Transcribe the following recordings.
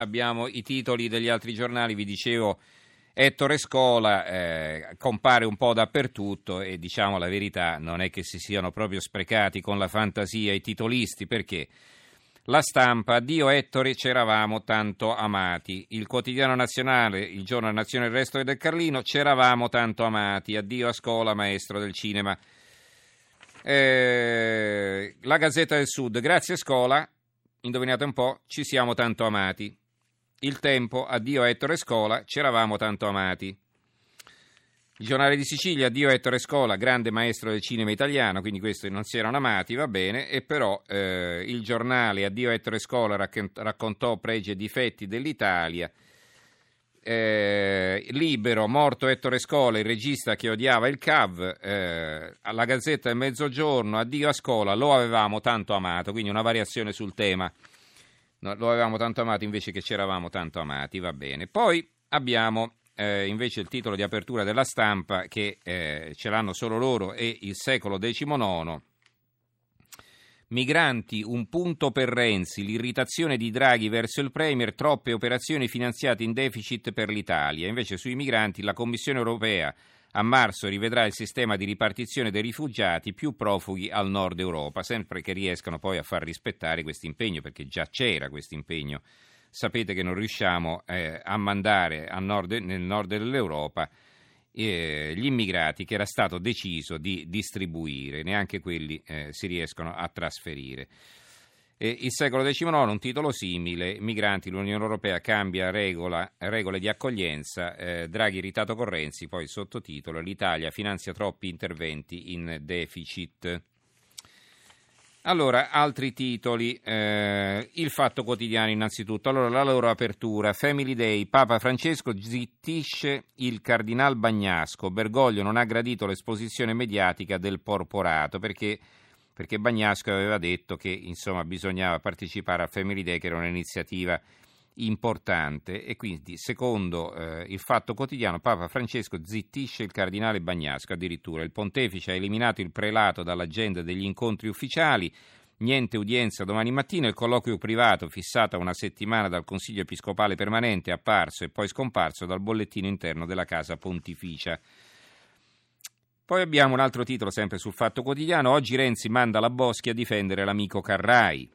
Abbiamo i titoli degli altri giornali, vi dicevo, Ettore Scola compare un po' dappertutto e diciamo la verità, non è che si siano proprio sprecati con la fantasia i titolisti, perché La Stampa, addio Ettore, c'eravamo tanto amati. Il Quotidiano Nazionale, il Giorno della Nazione, il Resto del Carlino, c'eravamo tanto amati, addio a Scola, maestro del cinema. La Gazzetta del Sud, grazie Scola, indovinate un po', ci siamo tanto amati. Il Tempo, addio Ettore Scola, c'eravamo tanto amati. Il Giornale di Sicilia, addio Ettore Scola, grande maestro del cinema italiano, quindi questi non si erano amati, va bene, e però il giornale, addio Ettore Scola, raccontò pregi e difetti dell'Italia. Libero, morto Ettore Scola, il regista che odiava il CAV. Alla Gazzetta del Mezzogiorno, addio a Scola, lo avevamo tanto amato, quindi una variazione sul tema. No, lo avevamo tanto amato invece che c'eravamo tanto amati, va bene. Poi abbiamo invece il titolo di apertura della Stampa, che ce l'hanno solo loro, e il Secolo XIX. Migranti, un punto per Renzi, l'irritazione di Draghi verso il Premier, troppe operazioni finanziate in deficit per l'Italia. Invece sui migranti la Commissione europea a marzo rivedrà il sistema di ripartizione dei rifugiati, più profughi al nord Europa, sempre che riescano poi a far rispettare questo impegno, perché già c'era questo impegno. Sapete che non riusciamo a mandare nel nord dell'Europa gli immigrati che era stato deciso di distribuire, neanche quelli si riescono a trasferire. Il Secolo XIX, un titolo simile, migranti, l'Unione Europea cambia regole di accoglienza, Draghi irritato con Renzi, poi sottotitolo, l'Italia finanzia troppi interventi in deficit. Allora, altri titoli, il Fatto Quotidiano innanzitutto, allora la loro apertura, Family Day, Papa Francesco zittisce il Cardinal Bagnasco, Bergoglio non ha gradito l'esposizione mediatica del porporato, perché Bagnasco aveva detto che insomma bisognava partecipare al Family Day, che era un'iniziativa importante, e quindi secondo il Fatto Quotidiano Papa Francesco zittisce il cardinale Bagnasco, addirittura il pontefice ha eliminato il prelato dall'agenda degli incontri ufficiali, niente udienza domani mattina, il colloquio privato fissato a una settimana dal Consiglio Episcopale Permanente è apparso e poi scomparso dal bollettino interno della Casa Pontificia. Poi abbiamo un altro titolo sempre sul Fatto Quotidiano, oggi Renzi manda la Boschi a difendere l'amico Carrai.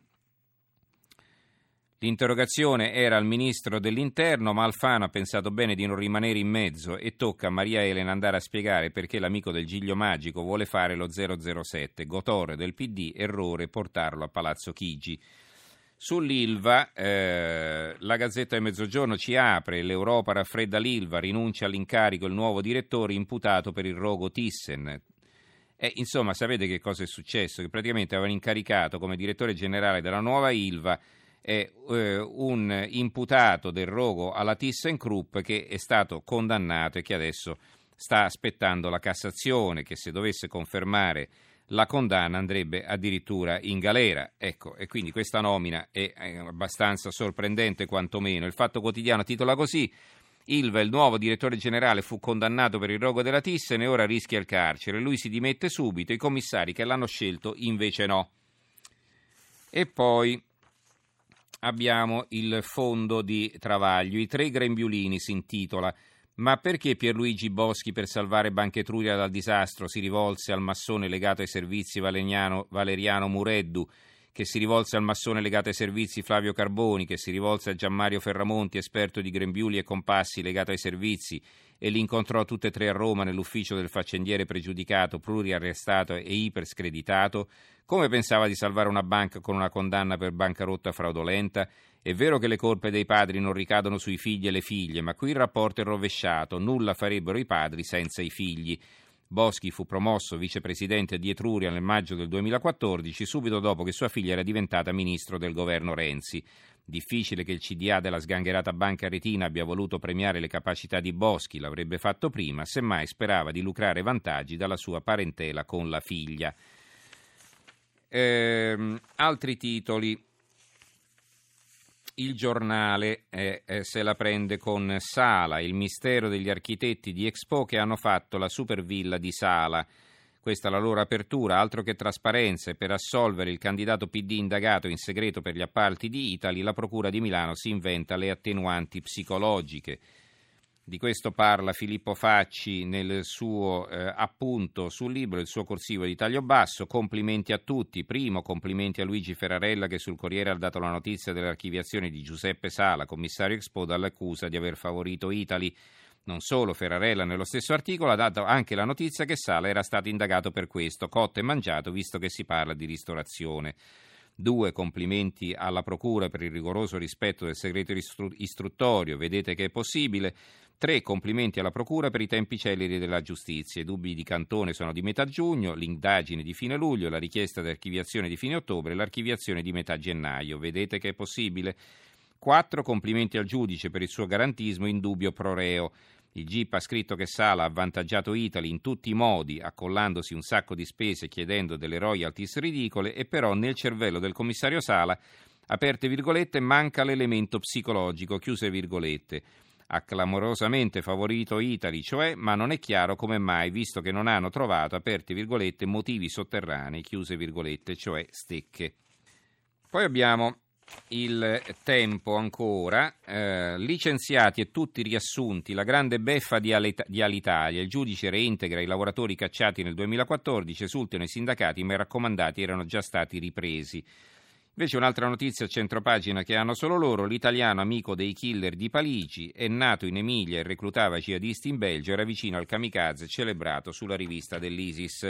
L'interrogazione era al ministro dell'Interno, ma Alfano ha pensato bene di non rimanere in mezzo e tocca a Maria Elena andare a spiegare perché l'amico del Giglio Magico vuole fare lo 007, Gotore del PD, errore portarlo a Palazzo Chigi. Sull'Ilva, la Gazzetta del Mezzogiorno ci apre, l'Europa raffredda l'Ilva, rinuncia all'incarico il nuovo direttore imputato per il rogo Thyssen. Insomma, sapete che cosa è successo? Che praticamente avevano incaricato come direttore generale della nuova Ilva un imputato del rogo alla ThyssenKrupp che è stato condannato e che adesso sta aspettando la Cassazione, che se dovesse confermare la condanna andrebbe addirittura in galera. Ecco, e quindi questa nomina è abbastanza sorprendente quantomeno. Il Fatto Quotidiano titola così: Ilva, il nuovo direttore generale, fu condannato per il rogo della Thyssen e ora rischia il carcere. Lui si dimette subito, i commissari che l'hanno scelto invece no. E poi abbiamo il fondo di Travaglio, i 3 grembiulini si intitola. Ma perché Pierluigi Boschi, per salvare Banca Etruria dal disastro, si rivolse al massone legato ai servizi Valeriano Mureddu, che si rivolse al massone legato ai servizi Flavio Carboni, che si rivolse a Gianmario Ferramonti, esperto di grembiuli e compassi legato ai servizi, e li incontrò tutte e 3 a Roma nell'ufficio del faccendiere pregiudicato, pluriarrestato e iperscreditato? Come pensava di salvare una banca con una condanna per bancarotta fraudolenta? È vero che le colpe dei padri non ricadono sui figli e le figlie, ma qui il rapporto è rovesciato, nulla farebbero i padri senza i figli. Boschi fu promosso vicepresidente di Etruria nel maggio del 2014, subito dopo che sua figlia era diventata ministro del governo Renzi. Difficile che il CDA della sgangherata Banca Retina abbia voluto premiare le capacità di Boschi, l'avrebbe fatto prima, semmai sperava di lucrare vantaggi dalla sua parentela con la figlia. Altri titoli. Il Giornale se la prende con Sala, il mistero degli architetti di Expo che hanno fatto la super villa di Sala. Questa è la loro apertura, altro che trasparenza, e per assolvere il candidato PD indagato in segreto per gli appalti di Itali, la Procura di Milano si inventa le attenuanti psicologiche. Di questo parla Filippo Facci nel suo appunto sul libro, il suo corsivo di taglio basso. Complimenti a tutti. Primo, complimenti a Luigi Ferrarella che sul Corriere ha dato la notizia dell'archiviazione di Giuseppe Sala, commissario Expo, dall'accusa di aver favorito Itali. Non solo, Ferrarella nello stesso articolo ha dato anche la notizia che Sala era stato indagato per questo, cotto e mangiato, visto che si parla di ristorazione. 2. Complimenti alla Procura per il rigoroso rispetto del segreto istruttorio, vedete che è possibile. 3. Complimenti alla Procura per i tempi celeri della giustizia. I dubbi di Cantone sono di metà giugno, l'indagine di fine luglio, la richiesta di archiviazione di fine ottobre, l'archiviazione di metà gennaio. Vedete che è possibile. 4. Complimenti al giudice per il suo garantismo in dubbio pro reo. Il GIP ha scritto che Sala ha avvantaggiato Itali in tutti i modi, accollandosi un sacco di spese chiedendo delle royalties ridicole, e però nel cervello del commissario Sala, aperte virgolette, manca l'elemento psicologico, chiuse virgolette. Ha clamorosamente favorito Itali, cioè, ma non è chiaro come mai, visto che non hanno trovato, aperte virgolette, motivi sotterranei, chiuse virgolette, cioè stecche. Poi abbiamo Il Tempo ancora, licenziati e tutti riassunti, la grande beffa di Alitalia, il giudice reintegra i lavoratori cacciati nel 2014, esultano i sindacati ma i raccomandati erano già stati ripresi. Invece un'altra notizia a centropagina che hanno solo loro: l'italiano amico dei killer di Parigi è nato in Emilia e reclutava jihadisti in Belgio, era vicino al kamikaze celebrato sulla rivista dell'ISIS.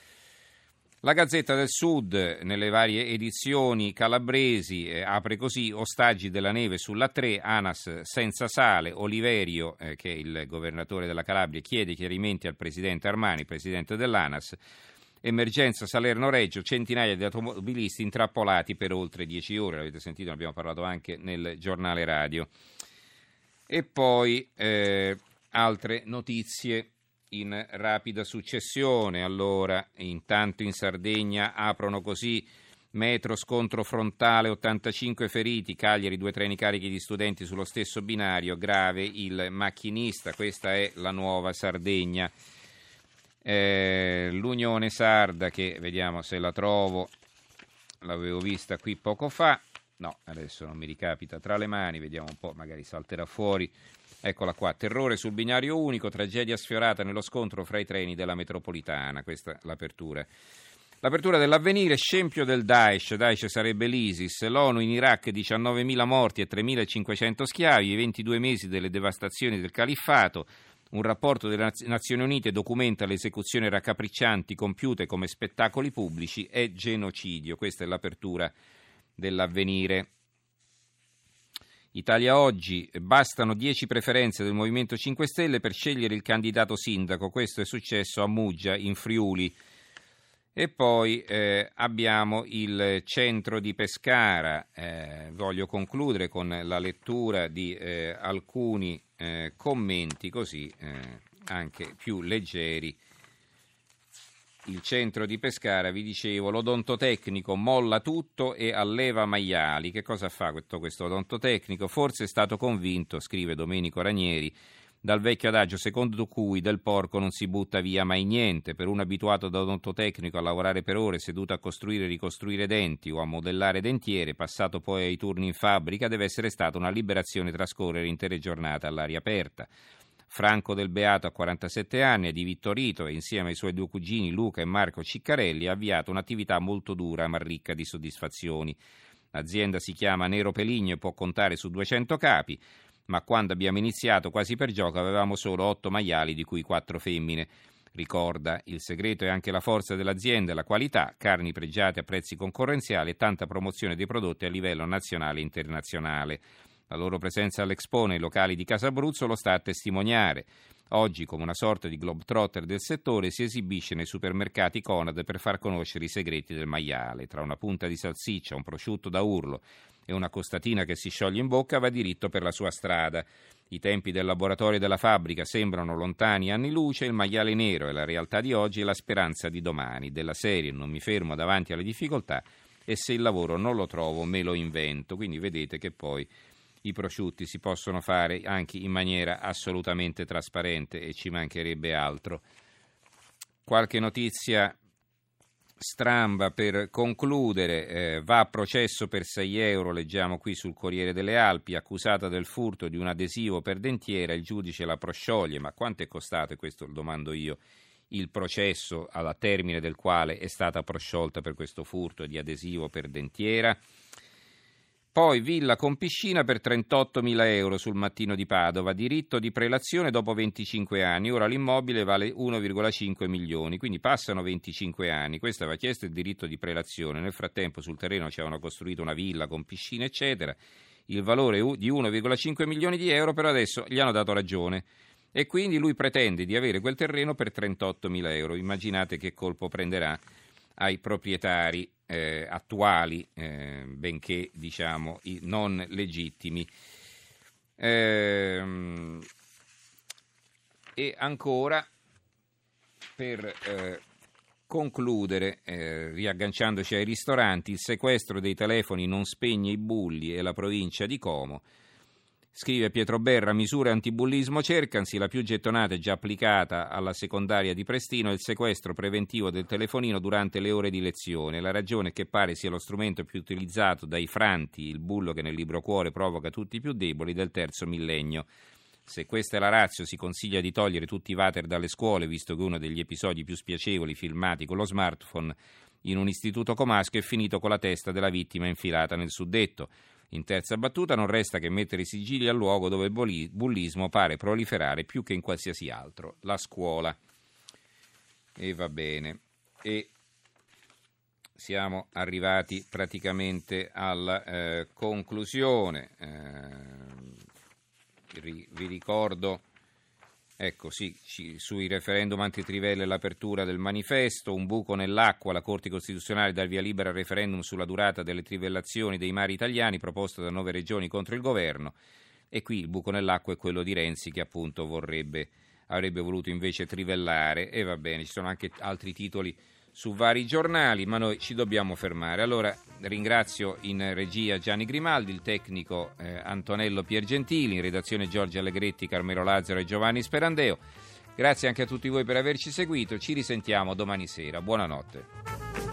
La Gazzetta del Sud, nelle varie edizioni calabresi, apre così: ostaggi della neve sulla 3, ANAS senza sale, Oliverio, che è il governatore della Calabria, chiede chiarimenti al presidente Armani, presidente dell'ANAS. Emergenza Salerno-Reggio, centinaia di automobilisti intrappolati per oltre 10 ore, l'avete sentito, ne abbiamo parlato anche nel giornale radio. E poi altre notizie in rapida successione. Allora, intanto in Sardegna aprono così: metro, scontro frontale, 85 feriti, Cagliari, 2 treni carichi di studenti sullo stesso binario, grave il macchinista. Questa è la nuova Sardegna. L'Unione Sarda, che vediamo se la trovo, l'avevo vista qui poco fa, no, adesso non mi ricapita tra le mani, vediamo un po', magari salterà fuori. Eccola qua: terrore sul binario unico, tragedia sfiorata nello scontro fra i treni della metropolitana. Questa è l'apertura. L'apertura dell'Avvenire: scempio del Daesh sarebbe l'ISIS, l'ONU in Iraq 19.000 morti e 3.500 schiavi, i 22 mesi delle devastazioni del califfato. Un rapporto delle Nazioni Unite documenta le esecuzioni raccapriccianti compiute come spettacoli pubblici e genocidio. Questa è l'apertura dell'Avvenire. Italia Oggi: bastano 10 preferenze del Movimento 5 Stelle per scegliere il candidato sindaco. Questo è successo a Muggia, in Friuli. E poi abbiamo il centro di Pescara. Voglio concludere con la lettura di alcuni commenti, così anche più leggeri. Il centro di Pescara, vi dicevo, l'odontotecnico molla tutto e alleva maiali. Che cosa fa questo odontotecnico? Forse è stato convinto, scrive Domenico Ranieri, dal vecchio adagio secondo cui del porco non si butta via mai niente. Per un abituato da odontotecnico a lavorare per ore seduto a costruire e ricostruire denti o a modellare dentiere, passato poi ai turni in fabbrica, deve essere stata una liberazione trascorrere intere giornate all'aria aperta. Franco Del Beato, a 47 anni, è di Vittorito e insieme ai suoi 2 cugini Luca e Marco Ciccarelli ha avviato un'attività molto dura ma ricca di soddisfazioni. L'azienda si chiama Nero Peligno e può contare su 200 capi, ma quando abbiamo iniziato quasi per gioco avevamo solo 8 maiali, di cui 4 femmine. Ricorda: il segreto è anche la forza dell'azienda e la qualità, carni pregiate a prezzi concorrenziali e tanta promozione dei prodotti a livello nazionale e internazionale. La loro presenza all'Expo nei locali di Casa Abruzzo lo sta a testimoniare. Oggi, come una sorta di globetrotter del settore, si esibisce nei supermercati Conad per far conoscere i segreti del maiale. Tra una punta di salsiccia, un prosciutto da urlo e una costatina che si scioglie in bocca, va diritto per la sua strada. I tempi del laboratorio e della fabbrica sembrano lontani anni luce, il maiale nero è la realtà di oggi e la speranza di domani. Della serie: non mi fermo davanti alle difficoltà e se il lavoro non lo trovo me lo invento. Quindi vedete che poi i prosciutti si possono fare anche in maniera assolutamente trasparente, e ci mancherebbe altro. qualche notizia stramba per concludere. Va a processo per 6 euro, leggiamo qui sul Corriere delle Alpi, accusata del furto di un adesivo per dentiera, il giudice la proscioglie. Ma quanto è costato, e questo lo domando io, il processo alla termine del quale è stata prosciolta per questo furto di adesivo per dentiera? Poi villa con piscina per 38.000 euro sul Mattino di Padova, diritto di prelazione dopo 25 anni, ora l'immobile vale 1,5 milioni, quindi passano 25 anni, questo aveva chiesto il diritto di prelazione, nel frattempo sul terreno ci avevano costruito una villa con piscina eccetera, il valore di 1,5 milioni di euro, però adesso gli hanno dato ragione e quindi lui pretende di avere quel terreno per 38.000 euro, immaginate che colpo prenderà ai proprietari attuali, benché diciamo non legittimi. E ancora per concludere, riagganciandoci ai ristoranti, il sequestro dei telefoni non spegne i bulli e la provincia di Como. Scrive Pietro Berra, misure antibullismo cercansi, la più gettonata è già applicata alla secondaria di Prestino, il sequestro preventivo del telefonino durante le ore di lezione. La ragione è che pare sia lo strumento più utilizzato dai franti, il bullo che nel libro cuore provoca tutti i più deboli del terzo millennio. Se questa è la ratio, si consiglia di togliere tutti i water dalle scuole, visto che uno degli episodi più spiacevoli filmati con lo smartphone in un istituto comasco è finito con la testa della vittima infilata nel suddetto. In terza battuta non resta che mettere i sigilli al luogo dove il bullismo pare proliferare più che in qualsiasi altro, la scuola. E va bene. E siamo arrivati praticamente alla conclusione. Vi ricordo, ecco sì, sui referendum antitrivelle e l'apertura del manifesto, un buco nell'acqua, la Corte Costituzionale dà il via libera al referendum sulla durata delle trivellazioni dei mari italiani proposto da 9 regioni contro il governo, e qui il buco nell'acqua è quello di Renzi che appunto avrebbe voluto invece trivellare, e va bene, ci sono anche altri titoli su vari giornali, ma noi ci dobbiamo fermare. Allora ringrazio in regia Gianni Grimaldi, il tecnico Antonello Piergentili, in redazione Giorgio Allegretti, Carmelo Lazzaro e Giovanni Sperandeo. Grazie anche a tutti voi per averci seguito, ci risentiamo domani sera. Buonanotte.